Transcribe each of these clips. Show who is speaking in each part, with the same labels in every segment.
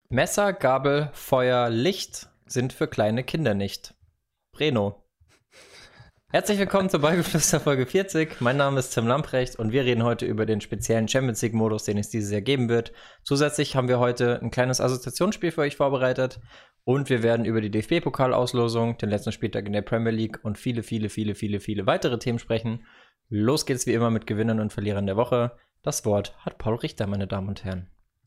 Speaker 1: Messer, Gabel, Feuer, Licht sind für kleine Kinder nicht. Breno. Herzlich willkommen zur Ballgeflüster Folge 40. Mein Name ist Tim Lamprecht und wir reden heute über den speziellen Champions League-Modus, den es dieses Jahr geben wird. Zusätzlich haben wir heute ein kleines Assoziationsspiel für euch vorbereitet und wir werden über die DFB-Pokalauslosung, den letzten Spieltag in der Premier League und viele weitere Themen sprechen. Los geht's wie immer mit Gewinnern und Verlierern der Woche. Das Wort hat Paul Richter, meine Damen und Herren.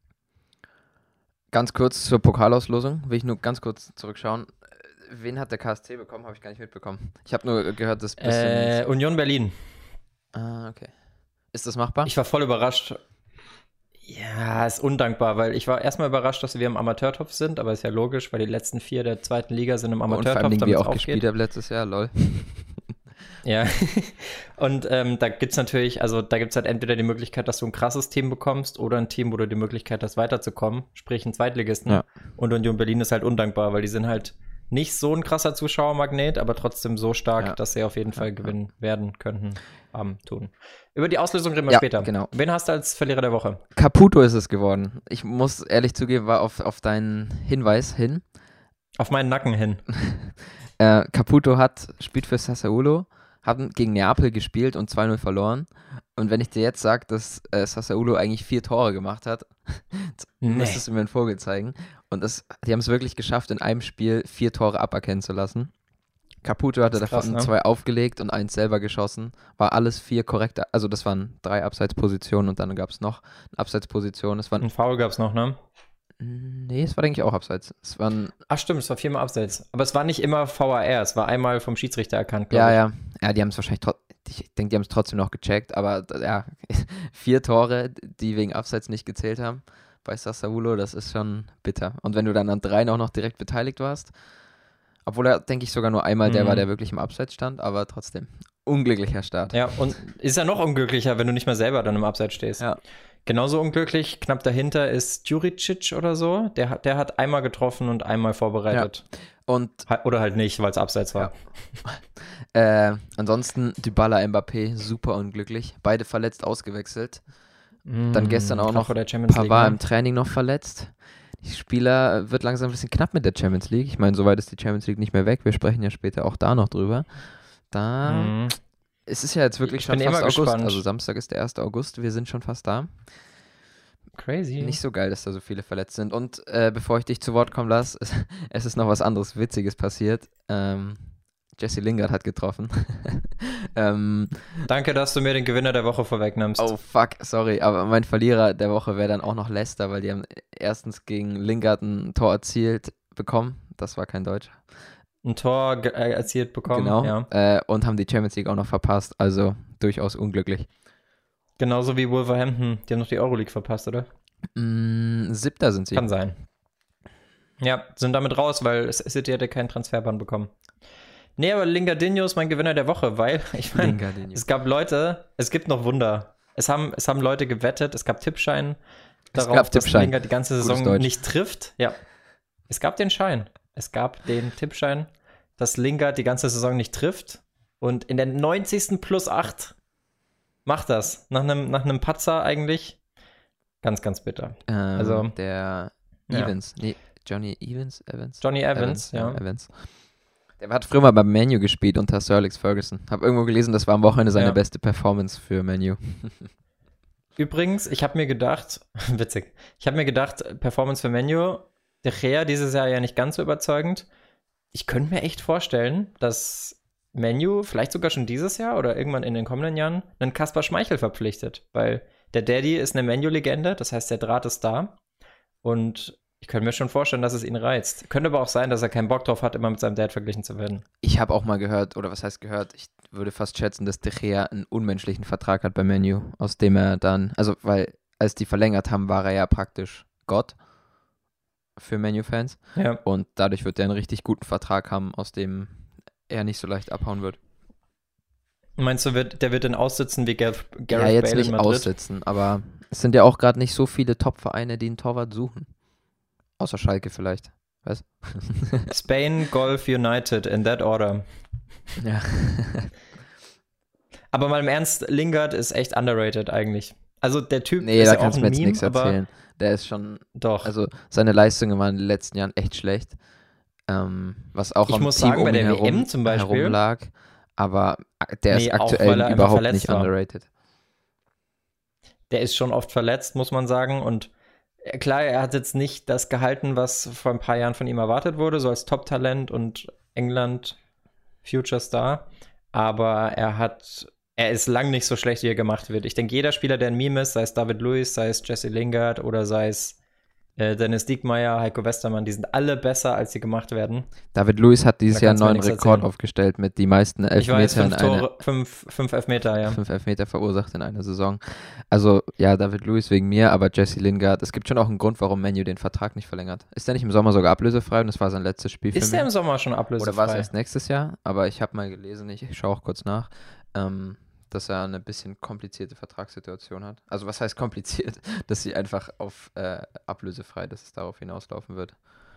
Speaker 2: Ganz kurz zur Pokalauslosung, will ich nur ganz kurz zurückschauen. Wen hat der KSC bekommen? Habe ich gar nicht mitbekommen. Ich habe nur gehört, dass
Speaker 1: Union Berlin.
Speaker 2: Ah, okay. Ist das machbar?
Speaker 1: Ich war voll überrascht. Ja, ist undankbar, weil ich war erstmal überrascht, dass wir im Amateurtopf sind, aber ist ja logisch, weil die letzten 4 der zweiten Liga sind im Amateurtopf.
Speaker 2: Und vor allem,
Speaker 1: damit
Speaker 2: wir
Speaker 1: es
Speaker 2: auch gespielt haben letztes Jahr, lol.
Speaker 1: Ja, und da gibt's natürlich, also da gibt's halt entweder die Möglichkeit, dass du ein krasses Team bekommst oder ein Team, wo du die Möglichkeit hast, weiterzukommen, sprich ein Zweitligisten. Ja. Und Union Berlin ist halt undankbar, weil die sind halt nicht so ein krasser Zuschauermagnet, aber trotzdem so stark, dass sie auf jeden Fall gewinnen werden könnten, tun. Über die Auslösung reden wir später.
Speaker 2: Genau.
Speaker 1: Wen hast du als Verlierer der Woche?
Speaker 2: Caputo ist es geworden. Ich muss ehrlich zugeben, war auf deinen Hinweis hin.
Speaker 1: Auf meinen Nacken hin.
Speaker 2: Caputo spielt für Sassuolo, haben gegen Neapel gespielt und 2-0 verloren. Und wenn ich dir jetzt sage, dass Sassuolo eigentlich 4 Tore gemacht hat, müsstest du mir einen Vogel zeigen. Und die haben es wirklich geschafft, in einem Spiel 4 Tore aberkennen zu lassen. Caputo hatte davon 2 aufgelegt und 1 selber geschossen. War alles 4 korrekte, also das waren 3 Abseitspositionen und dann gab es noch eine Abseitsposition.
Speaker 1: Ein Foul gab es noch, ne?
Speaker 2: Nee, es war, denke ich, auch abseits.
Speaker 1: Ach stimmt, es war 4-mal abseits. Aber es war nicht immer VAR, es war einmal vom Schiedsrichter erkannt, glaube ich.
Speaker 2: Ja, die haben es wahrscheinlich ich denke, die haben es trotzdem noch gecheckt, aber ja, 4 Tore, die wegen Abseits nicht gezählt haben bei Sassuolo, das ist schon bitter. Und wenn du dann an 3 auch noch direkt beteiligt warst, obwohl er, denke ich, sogar nur einmal der war, der wirklich im Abseits stand, aber trotzdem, unglücklicher Start.
Speaker 1: Ja, und ist ja noch unglücklicher, wenn du nicht mal selber dann im Abseits stehst.
Speaker 2: Ja.
Speaker 1: Genauso unglücklich, knapp dahinter ist Djuricic oder so. Der hat einmal getroffen und einmal vorbereitet.
Speaker 2: Ja.
Speaker 1: Oder halt nicht, weil es Abseits war.
Speaker 2: Ja. Ansonsten Dybala, Mbappé, super unglücklich. Beide verletzt, ausgewechselt. Dann gestern auch noch Pavard im Training noch verletzt. Die Spieler wird langsam ein bisschen knapp mit der Champions League. Ich meine, soweit ist die Champions League nicht mehr weg. Wir sprechen ja später auch da noch drüber. Es ist ja jetzt wirklich schon fast August, gespannt. Also Samstag ist der 1. August, wir sind schon fast da.
Speaker 1: Crazy.
Speaker 2: Nicht so geil, dass da so viele verletzt sind. Und bevor ich dich zu Wort kommen lasse, es ist noch was anderes Witziges passiert. Jesse Lingard hat getroffen.
Speaker 1: Danke, dass du mir den Gewinner der Woche vorwegnimmst.
Speaker 2: Oh fuck, sorry, aber mein Verlierer der Woche wäre dann auch noch Leicester, weil die haben erstens gegen Lingard ein Tor erzielt bekommen. Das war kein Deutscher.
Speaker 1: Ein Tor erzielt bekommen,
Speaker 2: genau,
Speaker 1: ja.
Speaker 2: Und haben die Champions League auch noch verpasst, also durchaus unglücklich.
Speaker 1: Genauso wie Wolverhampton, die haben noch die Euroleague verpasst, oder?
Speaker 2: 7. sind sie.
Speaker 1: Kann sein. Ja, sind damit raus, weil City hätte keinen Transferban bekommen. Nee, aber Lingardinho ist mein Gewinner der Woche, weil, ich meine, es gibt noch Wunder. Es haben Leute gewettet, es gab Tippschein darauf, dass Lingard die ganze Saison nicht trifft. Ja, es gab den Tippschein, dass Lingard die ganze Saison nicht trifft und in der 90. plus 8 macht das. Nach einem Patzer eigentlich. Ganz, ganz bitter.
Speaker 2: Also der Evans, Johnny Evans?
Speaker 1: Johnny Evans, ja.
Speaker 2: Evans. Der hat früher mal beim Man U gespielt unter Sir Alex Ferguson. Hab irgendwo gelesen, das war am Wochenende seine beste Performance für Man U.
Speaker 1: Übrigens, ich habe mir gedacht, Performance für Man U, De Gea dieses Jahr ja nicht ganz so überzeugend. Ich könnte mir echt vorstellen, dass Man U vielleicht sogar schon dieses Jahr oder irgendwann in den kommenden Jahren einen Kasper Schmeichel verpflichtet, weil der Daddy ist eine Man U-Legende, das heißt, der Draht ist da und ich könnte mir schon vorstellen, dass es ihn reizt. Könnte aber auch sein, dass er keinen Bock drauf hat, immer mit seinem Dad verglichen zu werden.
Speaker 2: Ich habe auch mal gehört, oder was heißt gehört, ich würde fast schätzen, dass De Gea einen unmenschlichen Vertrag hat bei Man U, aus dem er dann, also weil als die verlängert haben, war er ja praktisch Gott für Man U-Fans.
Speaker 1: Ja.
Speaker 2: Und dadurch wird er einen richtig guten Vertrag haben, aus dem er nicht so leicht abhauen wird.
Speaker 1: Meinst du, der wird dann aussitzen wie Gareth
Speaker 2: Bale jetzt
Speaker 1: in
Speaker 2: nicht
Speaker 1: Madrid?
Speaker 2: Aussitzen, aber es sind ja auch gerade nicht so viele Top-Vereine, die einen Torwart suchen. Außer Schalke vielleicht. Was?
Speaker 1: Spain, Golf, United, in that order.
Speaker 2: Ja.
Speaker 1: Aber mal im Ernst, Lingard ist echt underrated eigentlich. Also der Typ
Speaker 2: Nee,
Speaker 1: ist
Speaker 2: da
Speaker 1: ja auch
Speaker 2: kannst du
Speaker 1: ein
Speaker 2: mir jetzt
Speaker 1: Meme,
Speaker 2: nichts
Speaker 1: aber
Speaker 2: erzählen. Der ist schon,
Speaker 1: doch.
Speaker 2: also seine Leistungen waren in den letzten Jahren echt schlecht. Was auch
Speaker 1: Ich
Speaker 2: am
Speaker 1: muss
Speaker 2: Team
Speaker 1: sagen, bei
Speaker 2: um ihn
Speaker 1: der WM zum
Speaker 2: herum
Speaker 1: Beispiel,
Speaker 2: lag. Aber der ist
Speaker 1: nee, auch weil
Speaker 2: aktuell
Speaker 1: er einfach
Speaker 2: überhaupt nicht
Speaker 1: verletzt war.
Speaker 2: underrated.
Speaker 1: Der ist schon oft verletzt, muss man sagen. Und klar, er hat jetzt nicht das gehalten, was vor ein paar Jahren von ihm erwartet wurde, so als Top-Talent und England Future Star. Aber er ist lang nicht so schlecht, wie er gemacht wird. Ich denke, jeder Spieler, der ein Meme ist, sei es David Luiz, sei es Jesse Lingard oder sei es Dennis Diekmeyer, Heiko Westermann, die sind alle besser, als sie gemacht werden.
Speaker 2: David Luiz hat dieses
Speaker 1: Da
Speaker 2: Jahr einen
Speaker 1: kannst du mir
Speaker 2: neuen
Speaker 1: nichts
Speaker 2: Rekord
Speaker 1: erzählen.
Speaker 2: aufgestellt mit die meisten
Speaker 1: Ich weiß,
Speaker 2: Elfmeter
Speaker 1: fünf Elfmeter, ja.
Speaker 2: 5 Elfmeter verursacht in einer Saison. Also ja, David Luiz wegen mir, aber Jesse Lingard. Es gibt schon auch einen Grund, warum Man U den Vertrag nicht verlängert. Ist der nicht im Sommer sogar ablösefrei und das war sein letztes Spiel für
Speaker 1: Ist
Speaker 2: mich?
Speaker 1: der im Sommer schon ablösefrei?
Speaker 2: Oder war es erst nächstes Jahr? Aber ich habe mal gelesen, ich schaue auch kurz nach, dass er eine bisschen komplizierte Vertragssituation hat. Also was heißt kompliziert? Dass sie einfach auf ablösefrei, dass es darauf hinauslaufen wird.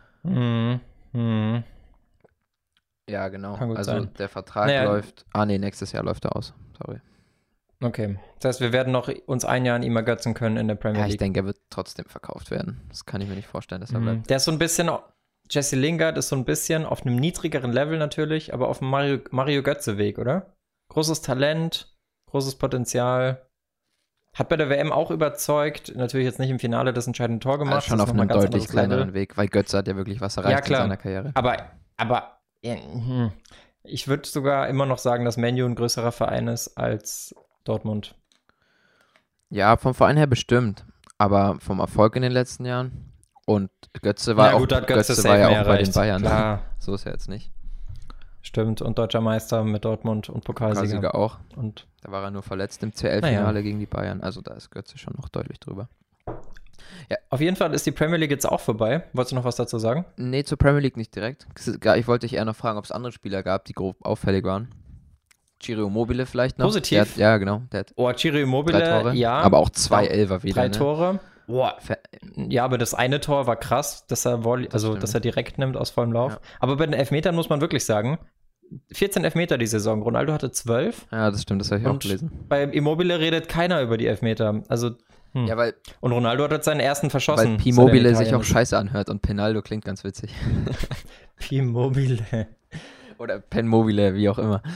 Speaker 2: Ja, genau.
Speaker 1: Kann gut
Speaker 2: Also
Speaker 1: sein.
Speaker 2: der Vertrag läuft. Nächstes Jahr läuft er aus. Sorry.
Speaker 1: Okay. Das heißt, wir werden noch uns ein Jahr an ihm ergötzen können in der Premier
Speaker 2: Ja,
Speaker 1: League.
Speaker 2: ich denke, er wird trotzdem verkauft werden. Das kann ich mir nicht vorstellen, dass er bleibt.
Speaker 1: Der ist so ein bisschen, Jesse Lingard ist so ein bisschen auf einem niedrigeren Level natürlich, aber auf dem Mario Götze-Weg, oder? Großes Talent, großes Potenzial. Hat bei der WM auch überzeugt. Natürlich jetzt nicht im Finale das entscheidende Tor gemacht.
Speaker 2: Also schon auf einem deutlich kleineren Weg, weil Götze hat ja wirklich was erreicht in seiner Karriere.
Speaker 1: Aber ich würde sogar immer noch sagen, dass Man U ein größerer Verein ist als Dortmund.
Speaker 2: Ja, vom Verein her bestimmt. Aber vom Erfolg in den letzten Jahren. Und Götze war Götze war ja auch bei den Bayern.
Speaker 1: Klar.
Speaker 2: So ist er jetzt nicht.
Speaker 1: Stimmt, und deutscher Meister mit Dortmund und Pokalsieger
Speaker 2: auch.
Speaker 1: Und
Speaker 2: da war er nur verletzt im CL-Finale gegen die Bayern. Also da ist Götze schon noch deutlich drüber.
Speaker 1: Ja. Auf jeden Fall ist die Premier League jetzt auch vorbei. Wolltest du noch was dazu sagen?
Speaker 2: Nee, zur Premier League nicht direkt. Ich wollte dich eher noch fragen, ob es andere Spieler gab, die grob auffällig waren. Ciro Immobile vielleicht noch.
Speaker 1: Positiv?
Speaker 2: Ja, genau.
Speaker 1: Ciro Immobile,
Speaker 2: 3 Tore.
Speaker 1: ja.
Speaker 2: Aber auch 2 Elfer wieder.
Speaker 1: 3 Tore. Ja, aber das eine Tor war krass, dass er direkt nimmt aus vollem Lauf. Ja. Aber bei den Elfmetern muss man wirklich sagen, 14 Elfmeter die Saison. Ronaldo hatte 12.
Speaker 2: Ja, das stimmt, das habe ich auch gelesen.
Speaker 1: Bei Immobile redet keiner über die Elfmeter. Also,
Speaker 2: ja,
Speaker 1: und Ronaldo hat jetzt seinen ersten verschossen.
Speaker 2: Weil Immobile sich auch scheiße anhört und Penaldo klingt ganz witzig.
Speaker 1: Immobile.
Speaker 2: Oder Penmobile, wie auch immer.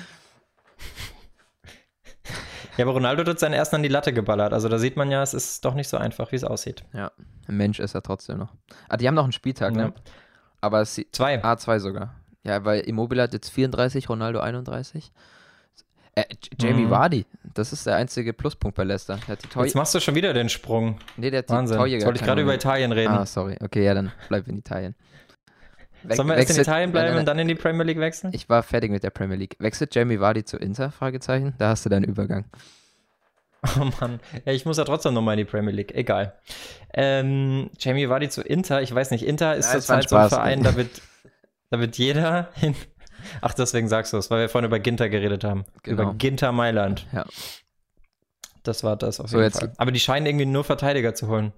Speaker 1: Ja, aber Ronaldo hat seinen ersten an die Latte geballert. Also da sieht man ja, es ist doch nicht so einfach, wie es aussieht.
Speaker 2: Ja, ein Mensch ist er trotzdem noch. Die haben noch einen Spieltag, ne? Aber
Speaker 1: 2.
Speaker 2: 2 sogar. Ja, weil Immobile hat jetzt 34, Ronaldo 31. Jamie Vardy, das ist der einzige Pluspunkt bei Leicester.
Speaker 1: Jetzt machst du schon wieder den Sprung.
Speaker 2: Nee, der hat
Speaker 1: Wahnsinn. Jetzt wollte ich gerade über Italien reden.
Speaker 2: Sorry. Okay, ja, dann bleib in Italien.
Speaker 1: Sollen wir erst in Italien bleiben und dann in die Premier League wechseln?
Speaker 2: Ich war fertig mit der Premier League. Wechselt Jamie Vardy zu Inter? Fragezeichen. Da hast du deinen Übergang.
Speaker 1: Oh Mann. Ja, ich muss ja trotzdem nochmal in die Premier League. Egal. Jamie Vardy zu Inter. Ich weiß nicht, Inter ist zurzeit so ein Verein, da wird jeder hin. Ach, deswegen sagst du es, weil wir vorhin über Ginter geredet haben.
Speaker 2: Genau.
Speaker 1: Über Ginter Mailand.
Speaker 2: Ja.
Speaker 1: Das war das auf jeden Fall. Aber die scheinen irgendwie nur Verteidiger zu holen.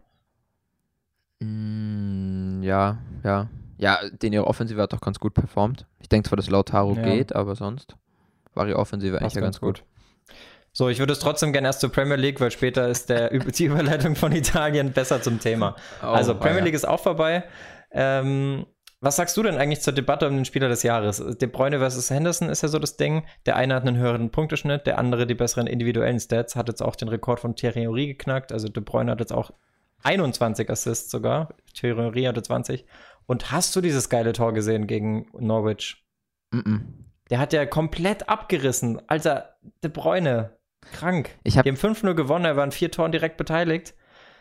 Speaker 2: Ja. Ja, ihre Offensive hat doch ganz gut performt. Ich denke zwar, dass Lautaro geht, aber sonst war die Offensive eigentlich ganz gut.
Speaker 1: So, ich würde es trotzdem gerne erst zur Premier League, weil später ist die Überleitung von Italien besser zum Thema. Also Premier League ist auch vorbei. Was sagst du denn eigentlich zur Debatte um den Spieler des Jahres? De Bruyne versus Henderson ist ja so das Ding. Der eine hat einen höheren Punkteschnitt, der andere die besseren individuellen Stats, hat jetzt auch den Rekord von Thierry Henry geknackt. Also De Bruyne hat jetzt auch 21 Assists sogar. Thierry Henry hatte 20. Und hast du dieses geile Tor gesehen gegen Norwich? Der hat ja komplett abgerissen. Alter, De Bruyne, krank. Die haben 5-0 gewonnen, er war an 4 Toren direkt beteiligt.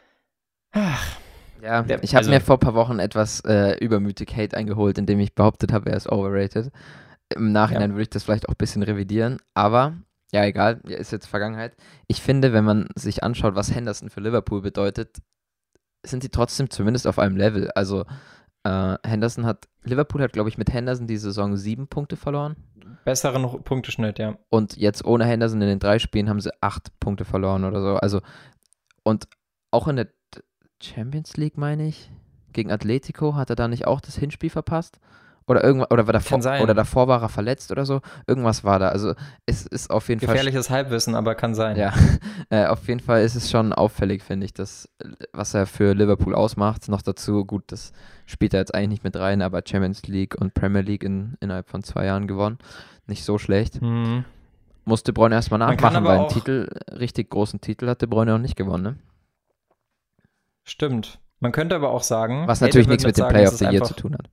Speaker 2: Ja, ich habe mir vor ein paar Wochen etwas übermütig Hate eingeholt, indem ich behauptet habe, er ist overrated. Im Nachhinein würde ich das vielleicht auch ein bisschen revidieren, aber ja, egal, ist jetzt Vergangenheit. Ich finde, wenn man sich anschaut, was Henderson für Liverpool bedeutet, sind sie trotzdem zumindest auf einem Level. Also Liverpool hat, glaube ich, mit Henderson die Saison 7 Punkte verloren.
Speaker 1: Besseren Punkteschnitt, ja.
Speaker 2: Und jetzt ohne Henderson in den 3 Spielen haben sie 8 Punkte verloren oder so. Also, und auch in der Champions League, meine ich, gegen Atletico hat er da nicht auch das Hinspiel verpasst? Oder davor war er verletzt oder so. Irgendwas war da. Also es ist auf jeden Fall.
Speaker 1: Gefährliches Halbwissen, aber kann sein.
Speaker 2: Ja, auf jeden Fall ist es schon auffällig, finde ich, was er für Liverpool ausmacht. Noch dazu, gut, das spielt er jetzt eigentlich nicht mit rein, aber Champions League und Premier League innerhalb von 2 Jahren gewonnen. Nicht so schlecht. Muss De Bruyne erstmal nachmachen, weil einen richtig großen Titel hat De Bruyne noch nicht gewonnen, ne?
Speaker 1: Stimmt. Man könnte aber auch sagen,
Speaker 2: was natürlich nichts mit dem Player of the Year zu tun hat.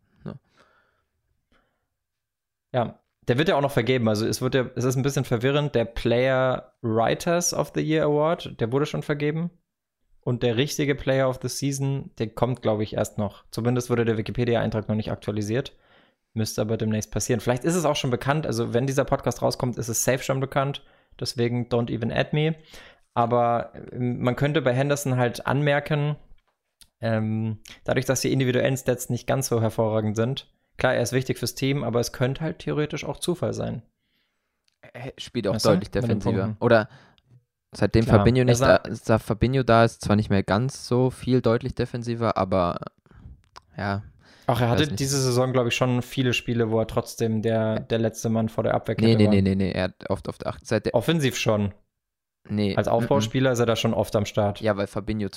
Speaker 1: Ja, der wird ja auch noch vergeben. Also es ist ein bisschen verwirrend. Der Player Writers of the Year Award, der wurde schon vergeben. Und der richtige Player of the Season, der kommt, glaube ich, erst noch. Zumindest wurde der Wikipedia-Eintrag noch nicht aktualisiert. Müsste aber demnächst passieren. Vielleicht ist es auch schon bekannt. Also wenn dieser Podcast rauskommt, ist es safe schon bekannt. Deswegen don't even add me. Aber man könnte bei Henderson halt anmerken, dadurch, dass die individuellen Stats nicht ganz so hervorragend sind. Klar, er ist wichtig fürs Team, aber es könnte halt theoretisch auch Zufall sein.
Speaker 2: Er spielt auch deutlich defensiver. Oder seitdem Fabinho Fabinho da ist, zwar nicht mehr ganz so viel deutlich defensiver, aber ja.
Speaker 1: Ach, er hatte diese Saison, glaube ich, schon viele Spiele, wo er trotzdem der letzte Mann vor der Abwehrkette war.
Speaker 2: Nee, er hat oft auf der 8.
Speaker 1: Offensiv schon.
Speaker 2: Nee.
Speaker 1: Als Aufbauspieler ist er da schon oft am Start.
Speaker 2: Ja, weil Fabinho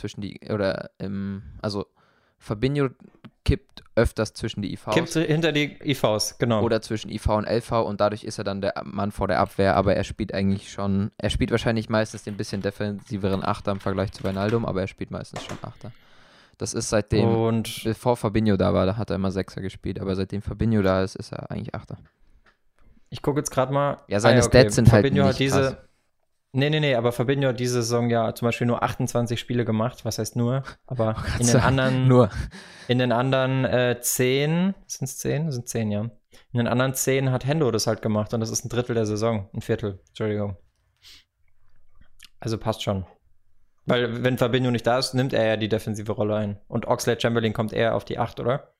Speaker 2: Fabinho kippt öfters zwischen die IVs.
Speaker 1: Kippt hinter die IVs, genau.
Speaker 2: Oder zwischen IV und LV und dadurch ist er dann der Mann vor der Abwehr, aber er spielt wahrscheinlich meistens den bisschen defensiveren Achter im Vergleich zu Wijnaldum, aber er spielt meistens schon Achter. Das ist bevor Fabinho da war, da hat er immer Sechser gespielt, aber seitdem Fabinho da ist, ist er eigentlich Achter.
Speaker 1: Ich gucke jetzt gerade mal.
Speaker 2: Ja, seine Stats sind
Speaker 1: Fabinho
Speaker 2: halt nicht krass.
Speaker 1: Nee, aber Fabinho hat diese Saison ja zum Beispiel nur 28 Spiele gemacht. Was heißt nur? Aber in den anderen 10, sind es 10? Das sind 10, ja. In den anderen 10 hat Hendo das halt gemacht und das ist ein Drittel der Saison. Ein Viertel, Entschuldigung. Also passt schon. Weil wenn Fabinho nicht da ist, nimmt er ja die defensive Rolle ein. Und Oxlade-Chamberlain kommt eher auf die 8, oder?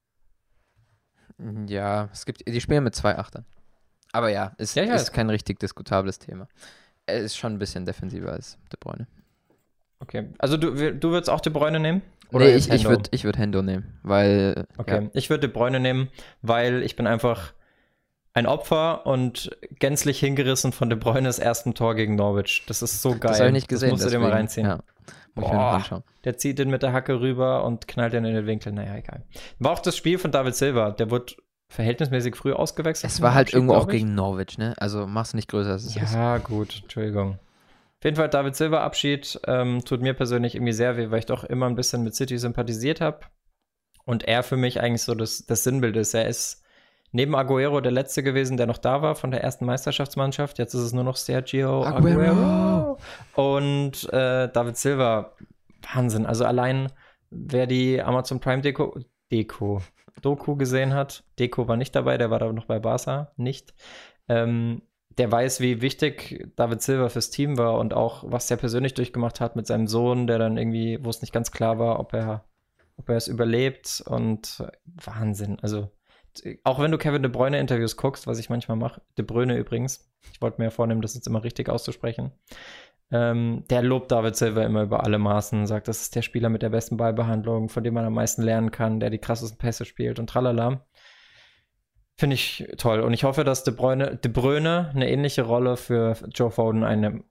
Speaker 2: Ja, die spielen mit 2 Achtern. Aber ja, ist kein richtig diskutables Thema. Er ist schon ein bisschen defensiver als De Bruyne. Okay,
Speaker 1: also du würdest auch De Bruyne nehmen?
Speaker 2: Oder nee, ich würd Hendo nehmen, weil...
Speaker 1: Okay, ich würde De Bruyne nehmen, weil ich bin einfach ein Opfer und gänzlich hingerissen von De Bruynes ersten Tor gegen Norwich. Das ist so geil.
Speaker 2: Das habe ich nicht gesehen.
Speaker 1: Das musst du dir mal reinziehen.
Speaker 2: Ja. Boah,
Speaker 1: der zieht den mit der Hacke rüber und knallt den in den Winkel. Naja, egal. War auch das Spiel von David Silva. Der wurde verhältnismäßig früh ausgewechselt.
Speaker 2: Es war halt irgendwo auch gegen Norwich, ne? Also mach's nicht größer, als es ist.
Speaker 1: Ja, gut, Entschuldigung. Auf jeden Fall David Silva Abschied tut mir persönlich irgendwie sehr weh, weil ich doch immer ein bisschen mit City sympathisiert habe. Und er für mich eigentlich so das Sinnbild ist. Er ist neben Aguero der Letzte gewesen, der noch da war von der ersten Meisterschaftsmannschaft. Jetzt ist es nur noch Sergio Aguero. Und David Silva, Wahnsinn. Also allein, wer die Amazon Prime Doku gesehen hat. Deco war nicht dabei, der war da noch bei Barca, nicht. Der weiß, wie wichtig David Silva fürs Team war und auch, was er persönlich durchgemacht hat mit seinem Sohn, der dann irgendwie, wo es nicht ganz klar war, ob er es überlebt und Wahnsinn. Also, auch wenn du Kevin De Bruyne Interviews guckst, was ich manchmal mache, De Bruyne übrigens, ich wollte mir ja vornehmen, das jetzt immer richtig auszusprechen, der lobt David Silva immer über alle Maßen, sagt, das ist der Spieler mit der besten Ballbehandlung, von dem man am meisten lernen kann, der die krassesten Pässe spielt und tralala. Finde ich toll. Und ich hoffe, dass De Bruyne eine ähnliche Rolle für Phil Foden einnehmen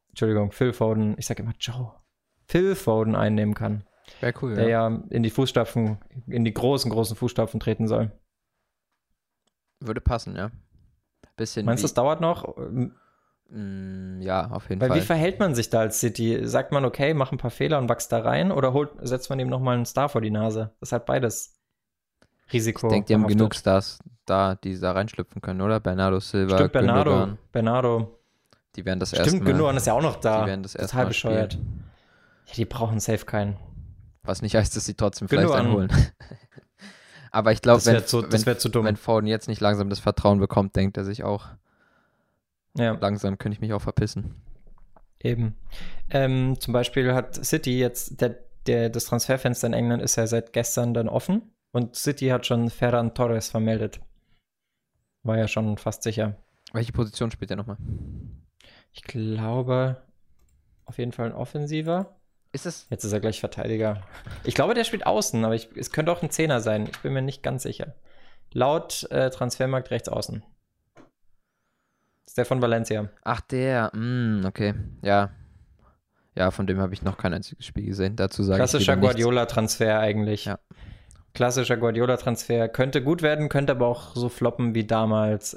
Speaker 1: kann.
Speaker 2: Wäre cool,
Speaker 1: der ja in die großen Fußstapfen treten soll.
Speaker 2: Würde passen, ja.
Speaker 1: Meinst du, das dauert noch?
Speaker 2: Ja, auf jeden Fall.
Speaker 1: Weil wie verhält man sich da als City? Sagt man, okay, mach ein paar Fehler und wächst da rein? Oder setzt man ihm nochmal einen Star vor die Nase? Das ist halt beides Risiko.
Speaker 2: Ich denke, die haben genug Stars da, die da reinschlüpfen können, oder? Bernardo Silva,
Speaker 1: stimmt, Bernardo.
Speaker 2: Die werden das erste Mal.
Speaker 1: Stimmt, Gündogan ist ja auch noch da.
Speaker 2: Die werden das erste
Speaker 1: Total bescheuert. Ja, die brauchen safe keinen.
Speaker 2: Was nicht heißt, dass sie trotzdem vielleicht einholen. Aber ich glaube, wenn Foden jetzt nicht langsam das Vertrauen bekommt, denkt er sich auch, ja, langsam könnte ich mich auch verpissen.
Speaker 1: Eben. Zum Beispiel hat City jetzt, das Transferfenster in England ist ja seit gestern dann offen und City hat schon Ferran Torres vermeldet. War ja schon fast sicher.
Speaker 2: Welche Position spielt er nochmal?
Speaker 1: Ich glaube, auf jeden Fall ein Offensiver.
Speaker 2: Ist es?
Speaker 1: Jetzt ist er gleich Verteidiger. Ich glaube, der spielt außen, aber es könnte auch ein Zehner sein. Ich bin mir nicht ganz sicher. Laut Transfermarkt rechts außen. Das ist der von Valencia.
Speaker 2: Ach, der. Okay. Ja. Ja, von dem habe ich noch kein einziges Spiel gesehen. Dazu sage ich
Speaker 1: klassischer Guardiola-Transfer eigentlich.
Speaker 2: Ja.
Speaker 1: Klassischer Guardiola-Transfer. Könnte gut werden, könnte aber auch so floppen wie damals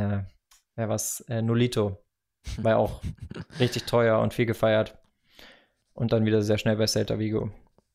Speaker 1: Nolito. War auch richtig teuer und viel gefeiert. Und dann wieder sehr schnell bei Celta Vigo.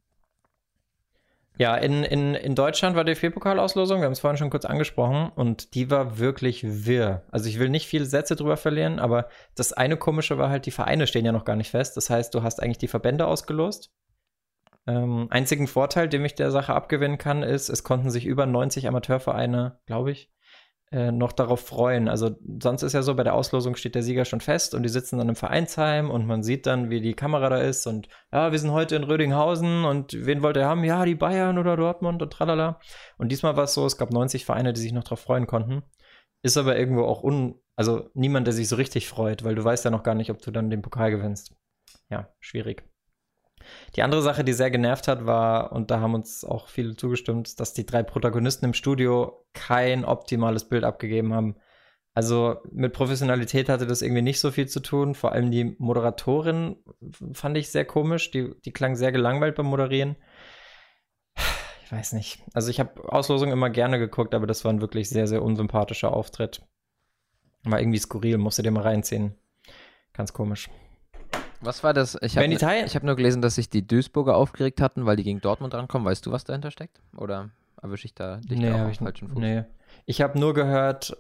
Speaker 1: Ja, in Deutschland war die DFB-Pokalauslosung, wir haben es vorhin schon kurz angesprochen, und die war wirklich wirr. Also ich will nicht viele Sätze drüber verlieren, aber das eine Komische war halt, die Vereine stehen ja noch gar nicht fest. Das heißt, du hast eigentlich die Verbände ausgelost. Einzigen Vorteil, den ich der Sache abgewinnen kann, ist, es konnten sich über 90 Amateurvereine, glaube ich, noch darauf freuen. Also sonst ist ja so, bei der Auslosung steht der Sieger schon fest und die sitzen dann im Vereinsheim und man sieht dann, wie die Kamera da ist und ja, wir sind heute in Rödinghausen und wen wollt ihr haben? Ja, die Bayern oder Dortmund und tralala. Und diesmal war es so, es gab 90 Vereine, die sich noch darauf freuen konnten. Ist aber irgendwo auch also niemand, der sich so richtig freut, weil du weißt ja noch gar nicht, ob du dann den Pokal gewinnst. Ja, schwierig. Die andere Sache, die sehr genervt hat, war, und da haben uns auch viele zugestimmt, dass die 3 Protagonisten im Studio kein optimales Bild abgegeben haben. Also mit Professionalität hatte das irgendwie nicht so viel zu tun. Vor allem die Moderatorin fand ich sehr komisch. Die klang sehr gelangweilt beim Moderieren. Ich weiß nicht. Also ich habe Auslosungen immer gerne geguckt, aber das war ein wirklich sehr, sehr unsympathischer Auftritt. War irgendwie skurril, musst du dir mal reinziehen. Ganz komisch.
Speaker 2: Was war das? Ich habe nur gelesen, dass sich die Duisburger aufgeregt hatten, weil die gegen Dortmund rankommen. Weißt du, was dahinter steckt? Oder erwische ich da dich da auch auf falschen Fuß?
Speaker 1: Nee. Ich habe nur gehört,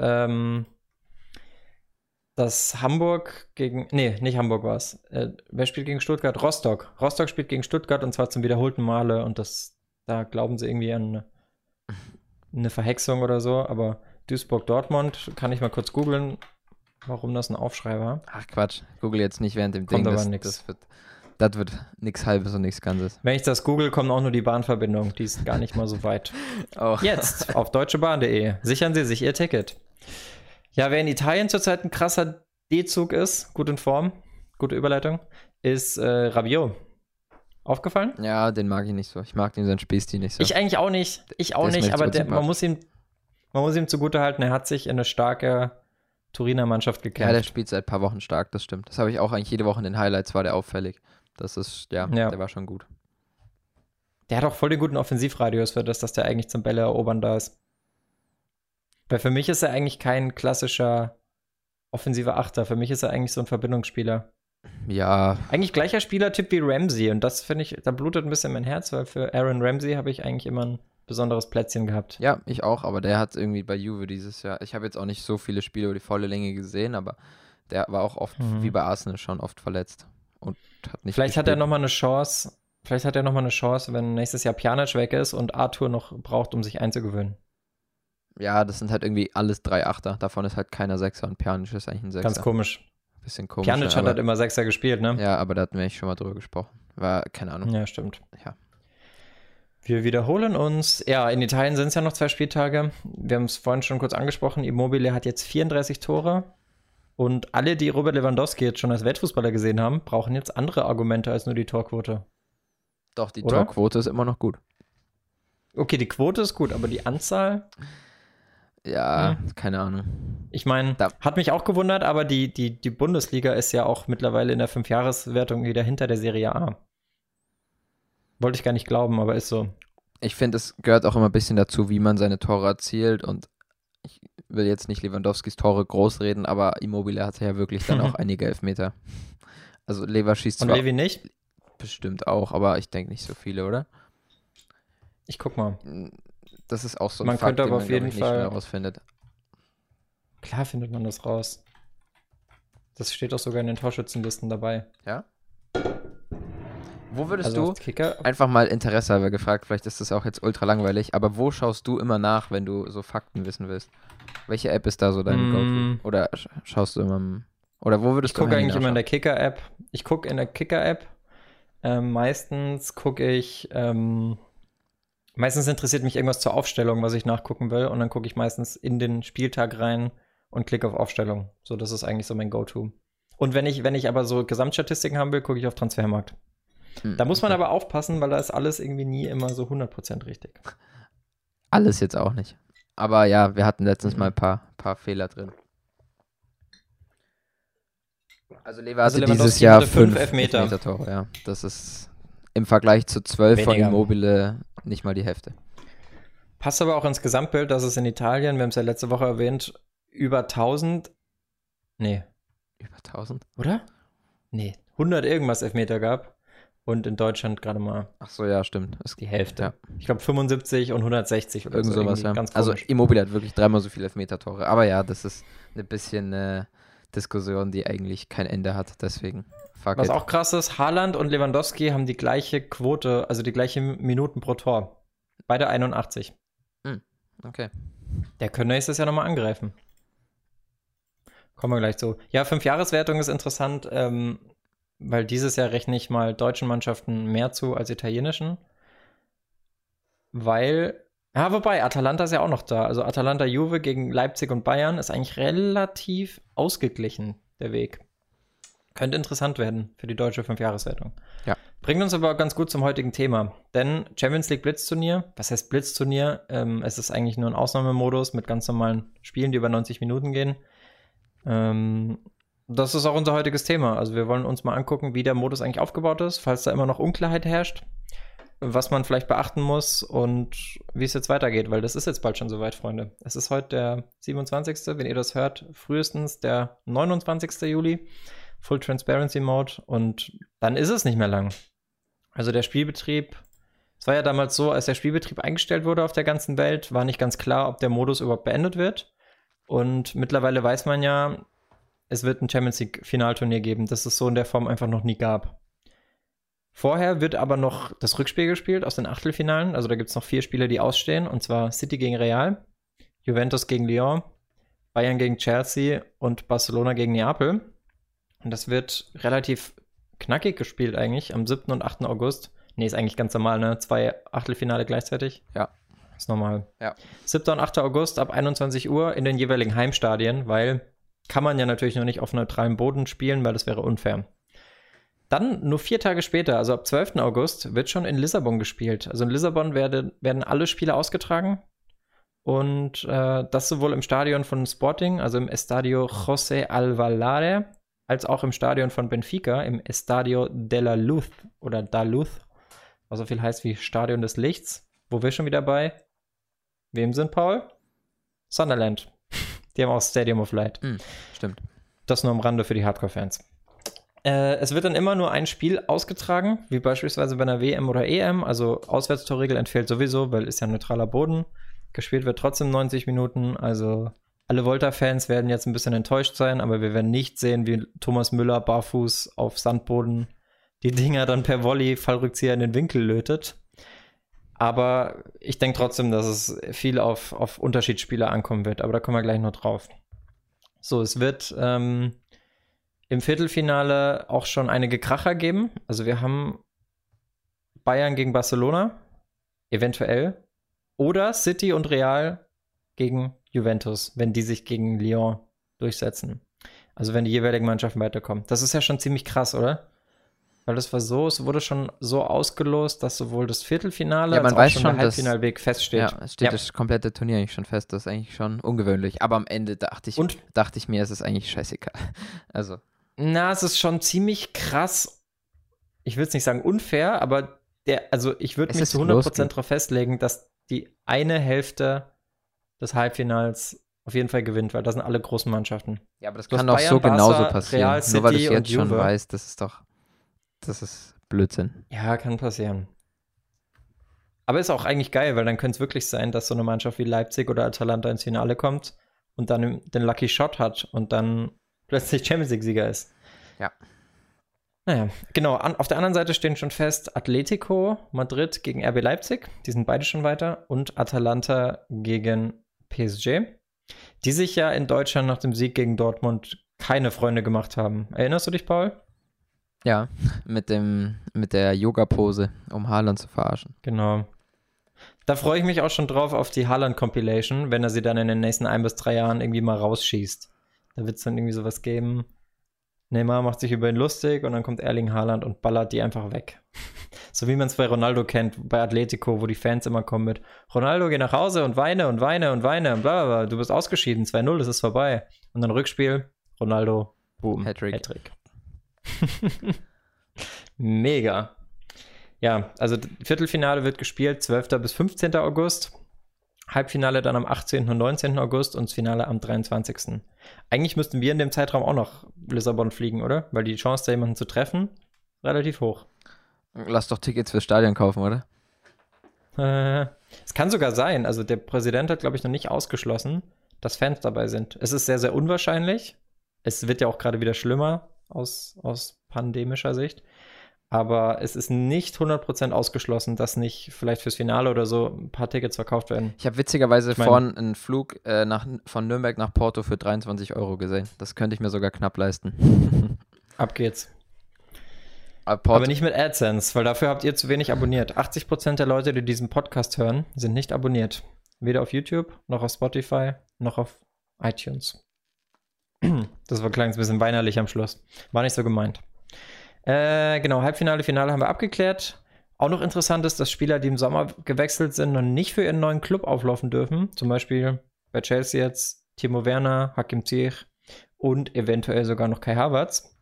Speaker 1: dass Hamburg nicht Hamburg war es. Wer spielt gegen Stuttgart? Rostock. Rostock spielt gegen Stuttgart und zwar zum wiederholten Male und da glauben sie irgendwie an eine Verhexung oder so. Aber Duisburg-Dortmund, kann ich mal kurz googeln, warum das ein Aufschrei war.
Speaker 2: Ach Quatsch, google jetzt nicht während dem
Speaker 1: Ding.
Speaker 2: Das wird nichts Halbes und nichts Ganzes.
Speaker 1: Wenn ich das google, kommt auch nur die Bahnverbindung. Die ist gar nicht mal so weit.
Speaker 2: Oh.
Speaker 1: Jetzt auf deutschebahn.de. Sichern Sie sich Ihr Ticket. Ja, wer in Italien zurzeit ein krasser D-Zug ist, gut in Form, gute Überleitung, ist Rabiot. Aufgefallen?
Speaker 2: Ja, den mag ich nicht so. Ich mag den seinen Spielstil nicht so.
Speaker 1: Ich eigentlich auch nicht. Aber man muss ihm zugutehalten, er hat sich in eine starke Turiner Mannschaft gekämpft.
Speaker 2: Ja, der spielt seit ein paar Wochen stark, das stimmt. Das habe ich auch eigentlich jede Woche in den Highlights, war der auffällig. Das ist, der war schon gut.
Speaker 1: Der hat auch voll den guten Offensivradius für das, dass der eigentlich zum Bälle erobern da ist. Weil für mich ist er eigentlich kein klassischer offensiver Achter. Für mich ist er eigentlich so ein Verbindungsspieler.
Speaker 2: Ja.
Speaker 1: Eigentlich gleicher Spielertyp wie Ramsey. Und das finde ich, da blutet ein bisschen mein Herz, weil für Aaron Ramsey habe ich eigentlich immer ein besonderes Plätzchen gehabt.
Speaker 2: Ja, ich auch, aber der hat irgendwie bei Juve dieses Jahr, ich habe jetzt auch nicht so viele Spiele über die volle Länge gesehen, aber der war auch oft, wie bei Arsenal, schon oft verletzt und hat nicht
Speaker 1: Vielleicht gespielt. Hat er nochmal eine Chance, wenn nächstes Jahr Pjanic weg ist und Arthur noch braucht, um sich einzugewöhnen.
Speaker 2: Ja, das sind halt irgendwie alles 3 Achter, davon ist halt keiner Sechser und Pjanic ist eigentlich ein Sechser.
Speaker 1: Ganz komisch.
Speaker 2: Bisschen komisch.
Speaker 1: Pjanic hat halt immer Sechser gespielt, ne?
Speaker 2: Ja, aber da hatten wir schon mal drüber gesprochen. War, keine Ahnung.
Speaker 1: Ja, stimmt.
Speaker 2: Ja.
Speaker 1: Wir wiederholen uns. Ja, in Italien sind es ja noch 2 Spieltage. Wir haben es vorhin schon kurz angesprochen. Immobile hat jetzt 34 Tore. Und alle, die Robert Lewandowski jetzt schon als Weltfußballer gesehen haben, brauchen jetzt andere Argumente als nur die Torquote.
Speaker 2: Doch, die Torquote ist immer noch gut.
Speaker 1: Okay, die Quote ist gut, aber die Anzahl?
Speaker 2: Ja, keine Ahnung.
Speaker 1: Ich meine, hat mich auch gewundert, aber die Bundesliga ist ja auch mittlerweile in der 5-Jahres-Wertung wieder hinter der Serie A. Wollte ich gar nicht glauben, aber ist so.
Speaker 2: Ich finde, es gehört auch immer ein bisschen dazu, wie man seine Tore erzielt. Und ich will jetzt nicht Lewandowskis Tore groß reden, aber Immobile hatte ja wirklich dann auch einige Elfmeter. Also Lever schießt
Speaker 1: zwar... Und Levi nicht?
Speaker 2: Bestimmt auch, aber ich denke nicht so viele, oder?
Speaker 1: Ich guck mal.
Speaker 2: Das ist auch so
Speaker 1: ein Fakt, könnte aber auf jeden Fall
Speaker 2: nicht schnell rausfindet.
Speaker 1: Klar findet man das raus. Das steht auch sogar in den Torschützenlisten dabei.
Speaker 2: Ja? Wo würdest du, einfach mal Interesse halber gefragt, vielleicht ist das auch jetzt ultra langweilig, aber wo schaust du immer nach, wenn du so Fakten wissen willst? Welche App ist da so dein Go-To? Oder schaust du immer, oder wo würdest
Speaker 1: du Ich gucke eigentlich immer in der Kicker-App. Ich gucke in der Kicker-App. Meistens gucke ich, meistens interessiert mich irgendwas zur Aufstellung, was ich nachgucken will, und dann gucke ich meistens in den Spieltag rein und klicke auf Aufstellung. So, das ist eigentlich so mein Go-To. Und wenn ich aber so Gesamtstatistiken haben will, gucke ich auf Transfermarkt. Da muss man aber aufpassen, weil da ist alles irgendwie nie immer so 100% richtig.
Speaker 2: Alles jetzt auch nicht. Aber ja, wir hatten letztens mal ein paar Fehler drin. Also Lever hatte dieses Jahr 5 Elfmeter-Tore, ja. Das ist im Vergleich zu 12 weniger. Von Immobile nicht mal die Hälfte.
Speaker 1: Passt aber auch ins Gesamtbild, dass es in Italien, wir haben es ja letzte Woche erwähnt, über 1000, nee.
Speaker 2: Über 1000?
Speaker 1: Oder? Nee, 100 irgendwas Elfmeter gab und in Deutschland gerade mal.
Speaker 2: Ach so, ja, stimmt.
Speaker 1: Ist die Hälfte. Ja. Ich glaube 75 und 160 oder
Speaker 2: irgend sowas, ja. Ganz also Immobile hat wirklich 3-mal so viele Elfmeter-Tore. Aber ja, das ist ein bisschen Diskussion, die eigentlich kein Ende hat, deswegen.
Speaker 1: Was auch krass ist, Haaland und Lewandowski haben die gleiche Quote, also die gleichen Minuten pro Tor. Beide 81.
Speaker 2: Okay.
Speaker 1: Der könnte nächstes Jahr nochmal angreifen. Kommen wir gleich zu. Ja, 5-Jahres-Wertung ist interessant, weil dieses Jahr rechne ich mal deutschen Mannschaften mehr zu als italienischen. Weil, ja, wobei, Atalanta ist ja auch noch da. Also Atalanta Juve gegen Leipzig und Bayern ist eigentlich relativ ausgeglichen, der Weg. Könnte interessant werden für die deutsche 5-Jahres-Wertung.
Speaker 2: Ja.
Speaker 1: Bringt uns aber ganz gut zum heutigen Thema. Denn Champions League Blitzturnier, was heißt Blitzturnier? Es ist eigentlich nur ein Ausnahmemodus mit ganz normalen Spielen, die über 90 Minuten gehen. Das ist auch unser heutiges Thema. Also wir wollen uns mal angucken, wie der Modus eigentlich aufgebaut ist, falls da immer noch Unklarheit herrscht, was man vielleicht beachten muss und wie es jetzt weitergeht, weil das ist jetzt bald schon soweit, Freunde. Es ist heute der 27., wenn ihr das hört, frühestens der 29. Juli. Full Transparency Mode und dann ist es nicht mehr lang. Also der Spielbetrieb, es war ja damals so, als der Spielbetrieb eingestellt wurde auf der ganzen Welt, war nicht ganz klar, ob der Modus überhaupt beendet wird. Und mittlerweile weiß man ja, es wird ein Champions League Finalturnier geben, das es so in der Form einfach noch nie gab. Vorher wird aber noch das Rückspiel gespielt aus den Achtelfinalen, also da gibt es noch 4 Spiele, die ausstehen, und zwar City gegen Real, Juventus gegen Lyon, Bayern gegen Chelsea und Barcelona gegen Neapel. Und das wird relativ knackig gespielt eigentlich, am 7. und 8. August. Nee, ist eigentlich ganz normal, ne? 2 Achtelfinale gleichzeitig.
Speaker 2: Ja.
Speaker 1: Ist normal.
Speaker 2: Ja.
Speaker 1: 7. und 8. August ab 21 Uhr in den jeweiligen Heimstadien, weil kann man ja natürlich noch nicht auf neutralem Boden spielen, weil das wäre unfair. Dann nur 4 Tage später, also ab 12. August, wird schon in Lissabon gespielt. Also in Lissabon werden alle Spiele ausgetragen. Und das sowohl im Stadion von Sporting, also im Estadio José Alvalade, als auch im Stadion von Benfica, im Estadio de la Luz oder da Luz, was so viel heißt wie Stadion des Lichts. Wo wir schon wieder bei wem sind, Paul? Sunderland. Die haben auch Stadium of Light.
Speaker 2: Stimmt.
Speaker 1: Das nur am Rande für die Hardcore-Fans. Es wird dann immer nur ein Spiel ausgetragen, wie beispielsweise bei einer WM oder EM, also Auswärtstorregel entfällt sowieso, weil ist ja ein neutraler Boden. Gespielt wird trotzdem 90 Minuten, also alle Volta-Fans werden jetzt ein bisschen enttäuscht sein, aber wir werden nicht sehen, wie Thomas Müller barfuß auf Sandboden die Dinger dann per Volley Fallrückzieher in den Winkel lötet. Aber ich denke trotzdem, dass es viel auf Unterschiedsspieler ankommen wird, aber da kommen wir gleich noch drauf. So, es wird im Viertelfinale auch schon einige Kracher geben. Also wir haben Bayern gegen Barcelona, eventuell, oder City und Real gegen Juventus, wenn die sich gegen Lyon durchsetzen. Also wenn die jeweiligen Mannschaften weiterkommen. Das ist ja schon ziemlich krass, oder? Weil das war so, es wurde schon so ausgelost, dass sowohl das Viertelfinale
Speaker 2: als auch schon
Speaker 1: der Halbfinalweg feststeht.
Speaker 2: Ja, es steht das komplette Turnier eigentlich schon fest. Das ist eigentlich schon ungewöhnlich. Aber am Ende dachte ich mir, es ist eigentlich scheißegal. Also.
Speaker 1: Na, es ist schon ziemlich krass. Ich will es nicht sagen unfair, aber ich würde mich zu 100% darauf festlegen, dass die eine Hälfte des Halbfinals auf jeden Fall gewinnt, weil da sind alle großen Mannschaften.
Speaker 2: Ja, aber das kann doch so genauso passieren.
Speaker 1: Real, City
Speaker 2: nur weil du es jetzt schon weißt, das ist Blödsinn.
Speaker 1: Ja, kann passieren. Aber ist auch eigentlich geil, weil dann könnte es wirklich sein, dass so eine Mannschaft wie Leipzig oder Atalanta ins Finale kommt und dann den Lucky Shot hat und dann plötzlich Champions League-Sieger ist.
Speaker 2: Ja.
Speaker 1: Naja, genau. Auf der anderen Seite stehen schon fest Atletico Madrid gegen RB Leipzig. Die sind beide schon weiter. Und Atalanta gegen PSG. Die sich ja in Deutschland nach dem Sieg gegen Dortmund keine Freunde gemacht haben. Erinnerst du dich, Paul?
Speaker 2: Ja, mit der Yoga-Pose, um Haaland zu verarschen.
Speaker 1: Genau. Da freue ich mich auch schon drauf auf die Haaland-Compilation, wenn er sie dann in den nächsten 1 bis 3 Jahren irgendwie mal rausschießt. Da wird es dann irgendwie sowas geben. Neymar macht sich über ihn lustig und dann kommt Erling Haaland und ballert die einfach weg. So wie man es bei Ronaldo kennt, bei Atletico, wo die Fans immer kommen mit Ronaldo, geh nach Hause und weine und weine und weine und bla bla bla. Du bist ausgeschieden, 2-0, es ist vorbei. Und dann Rückspiel, Ronaldo, boom, Hattrick. Mega. Ja, also Viertelfinale wird gespielt, 12. bis 15. August. Halbfinale dann am 18. und 19. August und das Finale am 23. Eigentlich müssten wir in dem Zeitraum auch noch Lissabon fliegen, oder? Weil die Chance, da jemanden zu treffen, relativ hoch.
Speaker 2: Lass doch Tickets fürs Stadion kaufen, oder?
Speaker 1: Es kann sogar sein. Also der Präsident hat, glaube ich, noch nicht ausgeschlossen, dass Fans dabei sind. Es ist sehr, sehr unwahrscheinlich. Es wird ja auch gerade wieder schlimmer aus pandemischer Sicht. Aber es ist nicht 100% ausgeschlossen, dass nicht vielleicht fürs Finale oder so ein paar Tickets verkauft werden.
Speaker 2: Ich habe witzigerweise vorhin einen Flug von Nürnberg nach Porto für 23 € gesehen. Das könnte ich mir sogar knapp leisten.
Speaker 1: Ab geht's. Aber nicht mit AdSense, weil dafür habt ihr zu wenig abonniert. 80% der Leute, die diesen Podcast hören, sind nicht abonniert. Weder auf YouTube, noch auf Spotify, noch auf iTunes. Das war ein kleines bisschen weinerlich am Schluss. War nicht so gemeint. Genau, Halbfinale, Finale haben wir abgeklärt. Auch noch interessant ist, dass Spieler, die im Sommer gewechselt sind, noch nicht für ihren neuen Club auflaufen dürfen. Zum Beispiel bei Chelsea jetzt Timo Werner, Hakim Ziyech und eventuell sogar noch Kai Havertz.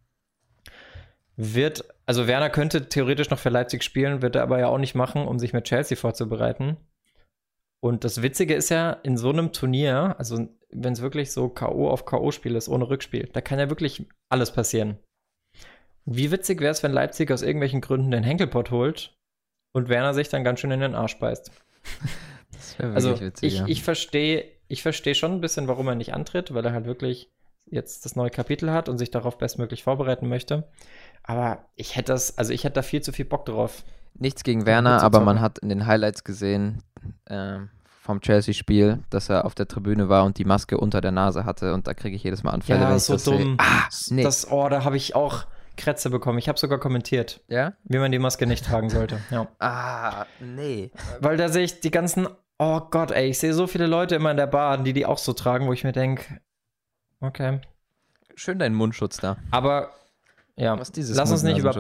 Speaker 1: Also Werner könnte theoretisch noch für Leipzig spielen, wird er aber ja auch nicht machen, um sich mit Chelsea vorzubereiten. Und das Witzige ist ja, in so einem Turnier, also wenn es wirklich so K.O. auf K.O.-Spiel ist, ohne Rückspiel, da kann ja wirklich alles passieren. Wie witzig wäre es, wenn Leipzig aus irgendwelchen Gründen den Henkelpott holt und Werner sich dann ganz schön in den Arsch beißt.
Speaker 2: Das wäre wirklich witzig, ja.
Speaker 1: Ich verstehe schon ein bisschen, warum er nicht antritt, weil er halt wirklich jetzt das neue Kapitel hat und sich darauf bestmöglich vorbereiten möchte. Aber ich hätte da viel zu viel Bock drauf.
Speaker 2: Nichts gegen Werner, aber man hat in den Highlights gesehen vom Chelsea-Spiel, dass er auf der Tribüne war und die Maske unter der Nase hatte und da kriege ich jedes Mal Anfälle, wenn ich das
Speaker 1: dumm.
Speaker 2: Nee.
Speaker 1: Da habe ich auch Krätze bekommen. Ich habe sogar kommentiert, wie man die Maske nicht tragen sollte. Ja.
Speaker 2: Nee.
Speaker 1: Weil da sehe ich die ganzen, oh Gott, ey, ich sehe so viele Leute immer in der Bahn, die auch so tragen, wo ich mir denke, okay.
Speaker 2: Schön deinen Mundschutz da.
Speaker 1: Aber, ja, lass uns nicht über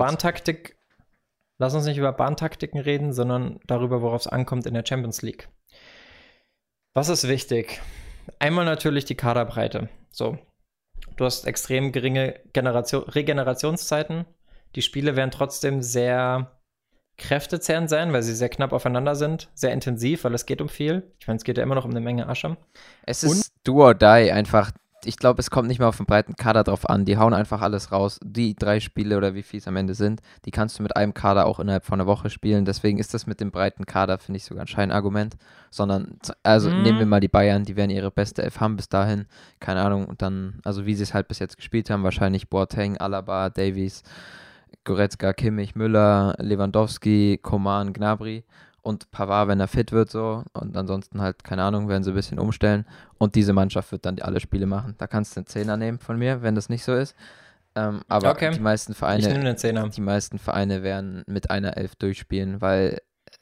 Speaker 1: Bahntaktiken reden, sondern darüber, worauf es ankommt in der Champions League. Was ist wichtig? Einmal natürlich die Kaderbreite. So. Du hast extrem geringe Regenerationszeiten. Die Spiele werden trotzdem sehr kräftezehrend sein, weil sie sehr knapp aufeinander sind. Sehr intensiv, weil es geht um viel. Ich meine, es geht ja immer noch um eine Menge Asche.
Speaker 2: Es ist do or die einfach. Ich glaube, es kommt nicht mehr auf den breiten Kader drauf an. Die hauen einfach alles raus. Die 3 Spiele oder wie viel es am Ende sind, die kannst du mit einem Kader auch innerhalb von einer Woche spielen. Deswegen ist das mit dem breiten Kader, finde ich, sogar ein Scheinargument. Nehmen wir mal die Bayern, die werden ihre beste Elf haben bis dahin. Keine Ahnung. Und dann, also wie sie es halt bis jetzt gespielt haben, wahrscheinlich Boateng, Alaba, Davies, Goretzka, Kimmich, Müller, Lewandowski, Coman, Gnabry. Und Pavard, wenn er fit wird, so. Und ansonsten halt, keine Ahnung, werden sie ein bisschen umstellen. Und diese Mannschaft wird dann alle Spiele machen. Da kannst du einen Zehner nehmen von mir, wenn das nicht so ist. Aber
Speaker 1: okay.
Speaker 2: Die meisten Vereine,
Speaker 1: ich nehme den Zehner.
Speaker 2: Die meisten Vereine werden mit einer Elf durchspielen, weil,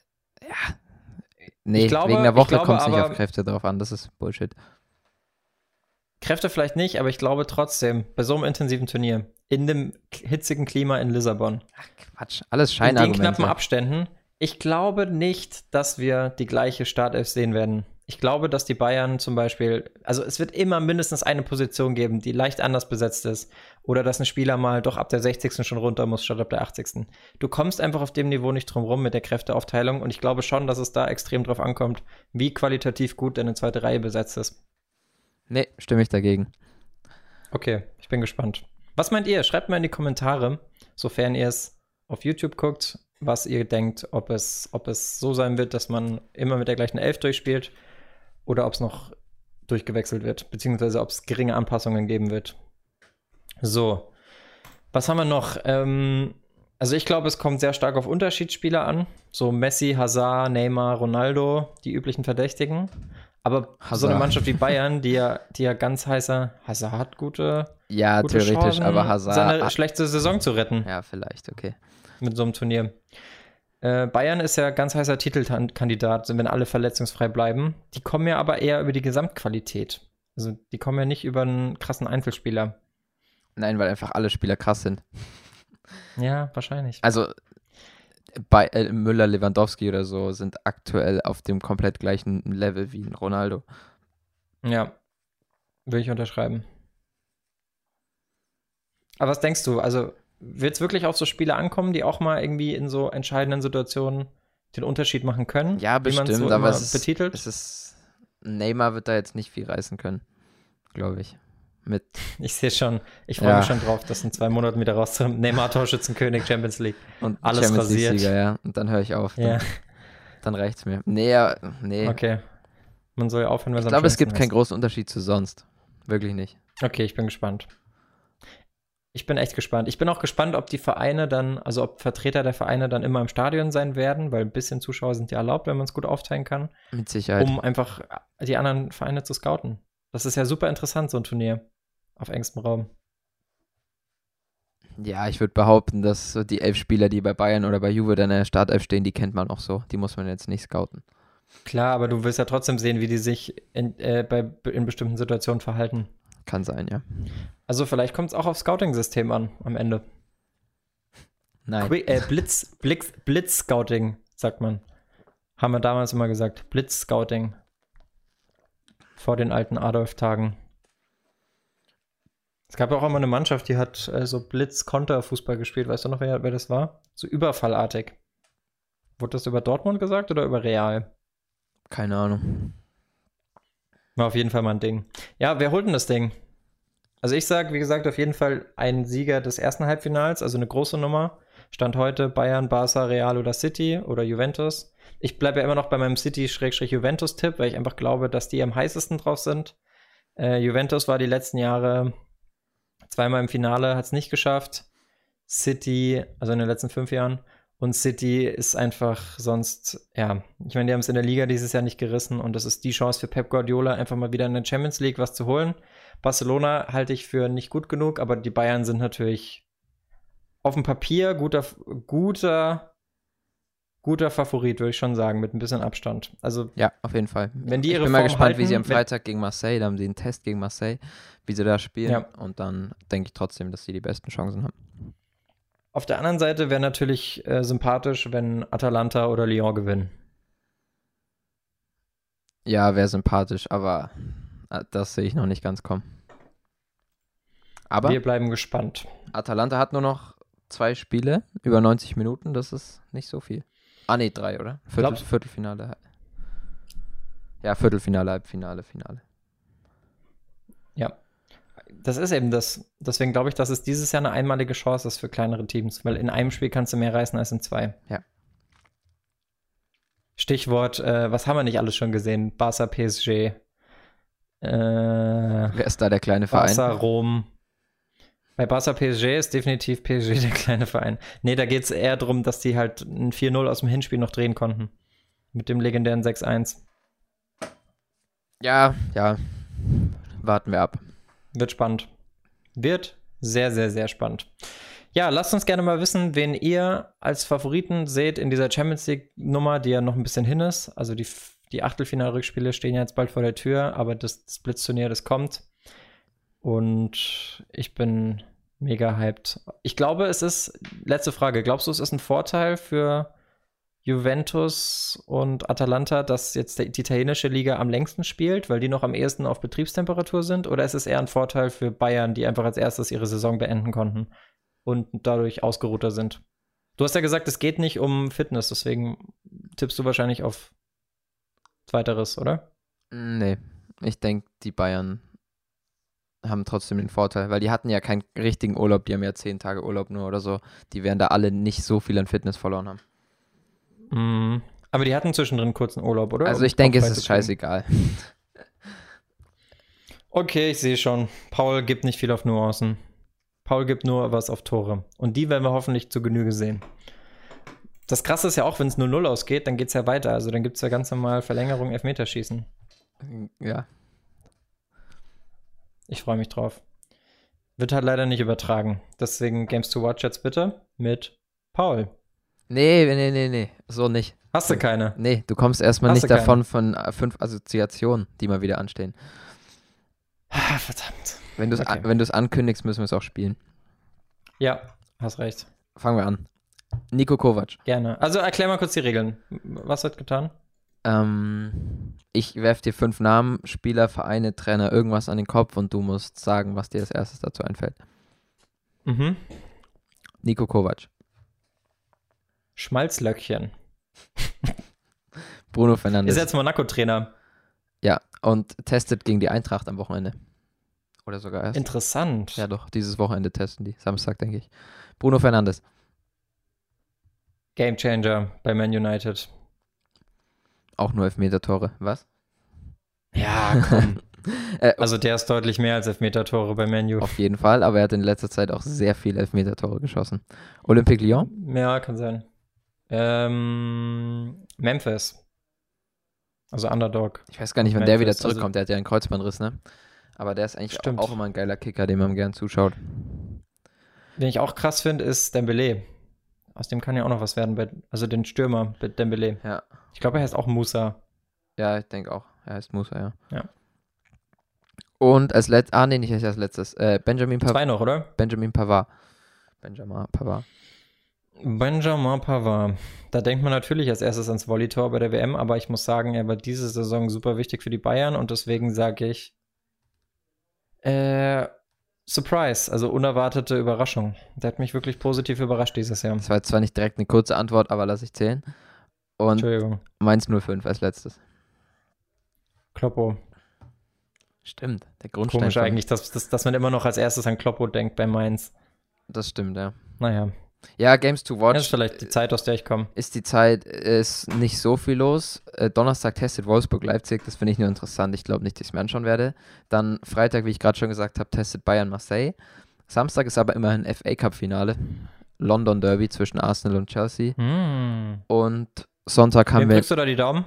Speaker 2: wegen der Woche kommt es nicht auf Kräfte drauf an. Das ist Bullshit.
Speaker 1: Kräfte vielleicht nicht, aber ich glaube trotzdem, bei so einem intensiven Turnier, in dem hitzigen Klima in Lissabon.
Speaker 2: Ach Quatsch, alles Scheinargumente.
Speaker 1: In den knappen Abständen. Ich glaube nicht, dass wir die gleiche Startelf sehen werden. Ich glaube, dass die Bayern zum Beispiel, also es wird immer mindestens eine Position geben, die leicht anders besetzt ist. Oder dass ein Spieler mal doch ab der 60. schon runter muss, statt ab der 80. Du kommst einfach auf dem Niveau nicht drum rum mit der Kräfteaufteilung. Und ich glaube schon, dass es da extrem drauf ankommt, wie qualitativ gut deine zweite Reihe besetzt ist.
Speaker 2: Nee, stimme ich dagegen.
Speaker 1: Okay, ich bin gespannt. Was meint ihr? Schreibt mal in die Kommentare, sofern ihr es auf YouTube guckt, was ihr denkt, ob es so sein wird, dass man immer mit der gleichen Elf durchspielt oder ob es noch durchgewechselt wird, beziehungsweise ob es geringe Anpassungen geben wird. So, was haben wir noch? Also ich glaube, es kommt sehr stark auf Unterschiedsspieler an. So Messi, Hazard, Neymar, Ronaldo, die üblichen Verdächtigen. Aber so eine Mannschaft wie Bayern, die ja ganz heißer, Hazard hat gute
Speaker 2: theoretisch,
Speaker 1: Chancen,
Speaker 2: aber Hazard
Speaker 1: seine schlechte Saison zu retten.
Speaker 2: Ja, vielleicht, okay.
Speaker 1: Mit so einem Turnier. Bayern ist ja ganz heißer Titelkandidat, wenn alle verletzungsfrei bleiben. Die kommen ja aber eher über die Gesamtqualität. Also die kommen ja nicht über einen krassen Einzelspieler.
Speaker 2: Nein, weil einfach alle Spieler krass sind.
Speaker 1: Ja, wahrscheinlich.
Speaker 2: Also bei Müller, Lewandowski oder so sind aktuell auf dem komplett gleichen Level wie ein Ronaldo.
Speaker 1: Ja, will ich unterschreiben. Aber was denkst du? Also wird es wirklich auf so Spiele ankommen, die auch mal irgendwie in so entscheidenden Situationen den Unterschied machen können?
Speaker 2: Ja, bestimmt,
Speaker 1: so
Speaker 2: aber
Speaker 1: betitelt?
Speaker 2: Neymar wird da jetzt nicht viel reißen können, glaube ich.
Speaker 1: Ich sehe schon, ich freue mich schon drauf, das in 2 Monaten wieder rauszunehmen. Neymar Torschützenkönig, Champions League.
Speaker 2: Und
Speaker 1: alles
Speaker 2: Champions
Speaker 1: rasiert.
Speaker 2: League-Sieger, ja. Und dann höre ich auf. Dann reicht's mir. Nee.
Speaker 1: Okay. Man soll ja aufhören, wenn es am schönsten ist.
Speaker 2: Ich glaube, es gibt keinen großen Unterschied zu sonst. Wirklich nicht.
Speaker 1: Okay, ich bin gespannt. Ich bin echt gespannt. Ich bin auch gespannt, ob die Vereine dann, also ob Vertreter der Vereine dann immer im Stadion sein werden, weil ein bisschen Zuschauer sind ja erlaubt, wenn man es gut aufteilen kann.
Speaker 2: Mit Sicherheit.
Speaker 1: Um einfach die anderen Vereine zu scouten. Das ist ja super interessant, so ein Turnier. Auf engstem Raum.
Speaker 2: Ja, ich würde behaupten, dass so die 11 Spieler, die bei Bayern oder bei Juve dann in der Startelf stehen, die kennt man auch so. Die muss man jetzt nicht scouten.
Speaker 1: Klar, aber du willst ja trotzdem sehen, wie die sich in bestimmten Situationen verhalten.
Speaker 2: Kann sein, ja.
Speaker 1: Also vielleicht kommt es auch aufs Scouting-System an, am Ende.
Speaker 2: Nein.
Speaker 1: Blitz-Scouting, sagt man. Haben wir damals immer gesagt. Blitz-Scouting. Vor den alten Adolf-Tagen. Es gab auch immer eine Mannschaft, die hat so Blitz-Konter-Fußball gespielt. Weißt du noch, wer das war? So überfallartig. Wurde das über Dortmund gesagt oder über Real?
Speaker 2: Keine Ahnung.
Speaker 1: War auf jeden Fall mal ein Ding. Ja, wer holt denn das Ding? Also ich sag, wie gesagt, auf jeden Fall ein Sieger des ersten Halbfinals, also eine große Nummer. Stand heute Bayern, Barca, Real oder City oder Juventus. Ich bleibe ja immer noch bei meinem City-Juventus-Tipp, weil ich einfach glaube, dass die am heißesten drauf sind. Juventus war die letzten Jahre zweimal im Finale, hat es nicht geschafft. City, also in den letzten 5 Jahren. Und City ist einfach sonst, ja, ich meine, die haben es in der Liga dieses Jahr nicht gerissen und das ist die Chance für Pep Guardiola, einfach mal wieder in der Champions League was zu holen. Barcelona halte ich für nicht gut genug, aber die Bayern sind natürlich auf dem Papier guter Favorit, würde ich schon sagen, mit ein bisschen Abstand. Also
Speaker 2: ja, auf jeden Fall.
Speaker 1: Wenn die
Speaker 2: ich
Speaker 1: ihre
Speaker 2: bin mal
Speaker 1: Form
Speaker 2: gespannt,
Speaker 1: halten,
Speaker 2: wie sie am Freitag gegen Marseille, da haben sie einen Test gegen Marseille, wie sie da spielen.
Speaker 1: Ja.
Speaker 2: Und dann denke ich trotzdem, dass sie die besten Chancen haben.
Speaker 1: Auf der anderen Seite wäre natürlich sympathisch, wenn Atalanta oder Lyon gewinnen.
Speaker 2: Ja, wäre sympathisch, aber das sehe ich noch nicht ganz kommen. Aber
Speaker 1: wir bleiben gespannt.
Speaker 2: Atalanta hat nur noch 2 Spiele, über 90 Minuten, das ist nicht so viel. 3, oder? Viertelfinale. Ja, Viertelfinale, Halbfinale, Finale.
Speaker 1: Ja. Das ist eben das. Deswegen glaube ich, dass es dieses Jahr eine einmalige Chance ist für kleinere Teams, weil in einem Spiel kannst du mehr reißen als in 2.
Speaker 2: Ja.
Speaker 1: Stichwort, was haben wir nicht alles schon gesehen? Barca, PSG.
Speaker 2: Wer ist da der kleine Verein?
Speaker 1: Barca, Rom. Bei Barca, PSG ist definitiv PSG der kleine Verein. Nee, da geht es eher darum, dass die halt ein 4-0 aus dem Hinspiel noch drehen konnten. Mit dem legendären 6-1.
Speaker 2: Ja. Warten wir ab.
Speaker 1: Wird spannend. Wird sehr, sehr, sehr spannend. Ja, lasst uns gerne mal wissen, wen ihr als Favoriten seht in dieser Champions League-Nummer, die ja noch ein bisschen hin ist. Also die Achtelfinalrückspiele stehen ja jetzt bald vor der Tür, aber das Blitzturnier, das kommt. Und ich bin mega hyped. Ich glaube, es ist, letzte Frage, glaubst du, es ist ein Vorteil für Juventus und Atalanta, dass jetzt die italienische Liga am längsten spielt, weil die noch am ehesten auf Betriebstemperatur sind? Oder ist es eher ein Vorteil für Bayern, die einfach als erstes ihre Saison beenden konnten und dadurch ausgeruhter sind? Du hast ja gesagt, es geht nicht um Fitness, deswegen tippst du wahrscheinlich auf Zweiteres, oder?
Speaker 2: Nee, ich denke, die Bayern haben trotzdem den Vorteil, weil die hatten ja keinen richtigen Urlaub, die haben ja 10 Tage Urlaub nur oder so. Die werden da alle nicht so viel an Fitness verloren haben.
Speaker 1: Aber die hatten zwischendrin einen kurzen Urlaub, oder?
Speaker 2: Also ich denke, es ist scheißegal.
Speaker 1: Okay, ich sehe schon. Paul gibt nicht viel auf Nuancen. Paul gibt nur was auf Tore. Und die werden wir hoffentlich zu Genüge sehen. Das Krasse ist ja auch, wenn es 0-0 ausgeht, dann geht es ja weiter. Also dann gibt es ja ganz normal Verlängerung, Elfmeterschießen.
Speaker 2: Ja.
Speaker 1: Ich freue mich drauf. Wird halt leider nicht übertragen. Deswegen Games to Watch jetzt bitte mit Paul.
Speaker 2: Nee, so nicht.
Speaker 1: Hast du keine?
Speaker 2: Nee, du kommst erstmal nicht davon von 5 Assoziationen, die mal wieder anstehen.
Speaker 1: Verdammt.
Speaker 2: Wenn du es ankündigst, müssen wir es auch spielen.
Speaker 1: Ja, hast recht.
Speaker 2: Fangen wir an. Niko Kovac.
Speaker 1: Gerne. Also erklär mal kurz die Regeln. Was wird getan?
Speaker 2: Ich werfe dir 5 Namen, Spieler, Vereine, Trainer, irgendwas an den Kopf und du musst sagen, was dir als erstes dazu einfällt.
Speaker 1: Mhm.
Speaker 2: Niko Kovac.
Speaker 1: Schmalzlöckchen.
Speaker 2: Bruno Fernandes.
Speaker 1: Ist jetzt Monaco-Trainer.
Speaker 2: Ja, und testet gegen die Eintracht am Wochenende. Oder sogar erst.
Speaker 1: Interessant.
Speaker 2: Ja doch, dieses Wochenende testen die. Samstag, denke ich. Bruno Fernandes.
Speaker 1: Gamechanger bei Man United.
Speaker 2: Auch nur Elfmeter-Tore. Was?
Speaker 1: Ja, komm. Also der ist deutlich mehr als Elfmeter-Tore bei Man U.
Speaker 2: Auf jeden Fall, aber er hat in letzter Zeit auch sehr viele Elfmeter-Tore geschossen. Olympique Lyon?
Speaker 1: Ja, kann sein. Memphis. Also Underdog.
Speaker 2: Ich weiß gar nicht, wann der wieder zurückkommt. Der hat ja einen Kreuzbandriss, ne? Aber der ist eigentlich auch immer ein geiler Kicker, dem man gern zuschaut.
Speaker 1: Den ich auch krass finde, ist Dembélé. Aus dem kann ja auch noch was werden. Also den Stürmer, Dembélé.
Speaker 2: Ja.
Speaker 1: Ich glaube, er heißt auch Musa.
Speaker 2: Ja, ich denke auch. Er heißt Musa,
Speaker 1: ja.
Speaker 2: Und als letztes, nicht als letztes, Benjamin Pavard.
Speaker 1: 2 noch, oder?
Speaker 2: Benjamin Pavard.
Speaker 1: Da denkt man natürlich als erstes ans Volley-Tor bei der WM, aber ich muss sagen, er war diese Saison super wichtig für die Bayern und deswegen sage ich Surprise, also unerwartete Überraschung. Der hat mich wirklich positiv überrascht dieses Jahr.
Speaker 2: Das war jetzt zwar nicht direkt eine kurze Antwort, aber lass ich zählen. Und Mainz 05 als letztes.
Speaker 1: Kloppo.
Speaker 2: Stimmt, der Grundstein.
Speaker 1: Komisch eigentlich, dass man immer noch als erstes an Kloppo denkt bei Mainz.
Speaker 2: Das stimmt, ja.
Speaker 1: Naja.
Speaker 2: Ja, Games to Watch.
Speaker 1: Das ist vielleicht die Zeit, aus der ich komme.
Speaker 2: Ist nicht so viel los. Donnerstag testet Wolfsburg-Leipzig, das finde ich nur interessant. Ich glaube nicht, dass ich mir anschauen werde. Dann Freitag, wie ich gerade schon gesagt habe, testet Bayern-Marseille. Samstag ist aber immerhin FA-Cup-Finale. London Derby zwischen Arsenal und Chelsea. Und Sonntag haben wir...
Speaker 1: Drückst du da die Daumen?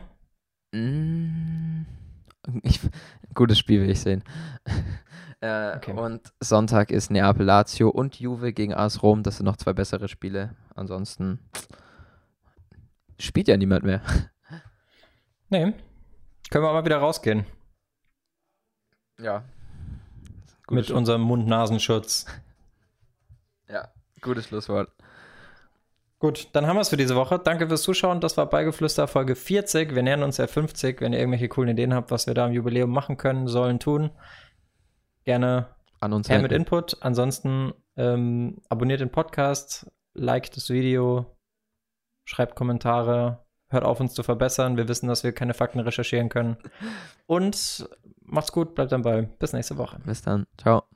Speaker 2: Gutes Spiel will ich sehen. Okay. Und Sonntag ist Neapel Lazio und Juve gegen AS Rom. Das sind noch 2 bessere Spiele. Ansonsten spielt ja niemand mehr.
Speaker 1: Nee. Können wir aber wieder rausgehen.
Speaker 2: Ja.
Speaker 1: Mit unserem Mund-Nasenschutz.
Speaker 2: Ja, gutes Schlusswort.
Speaker 1: Gut, dann haben wir es für diese Woche. Danke fürs Zuschauen. Das war Beigeflüster Folge 40. Wir nähern uns der 50. Wenn ihr irgendwelche coolen Ideen habt, was wir da im Jubiläum machen können, sollen, tun, gerne
Speaker 2: an uns
Speaker 1: mit Input. Ansonsten abonniert den Podcast, liked das Video, schreibt Kommentare, hört auf, uns zu verbessern. Wir wissen, dass wir keine Fakten recherchieren können. Und macht's gut, bleibt am Ball. Bis nächste Woche.
Speaker 2: Bis dann. Ciao.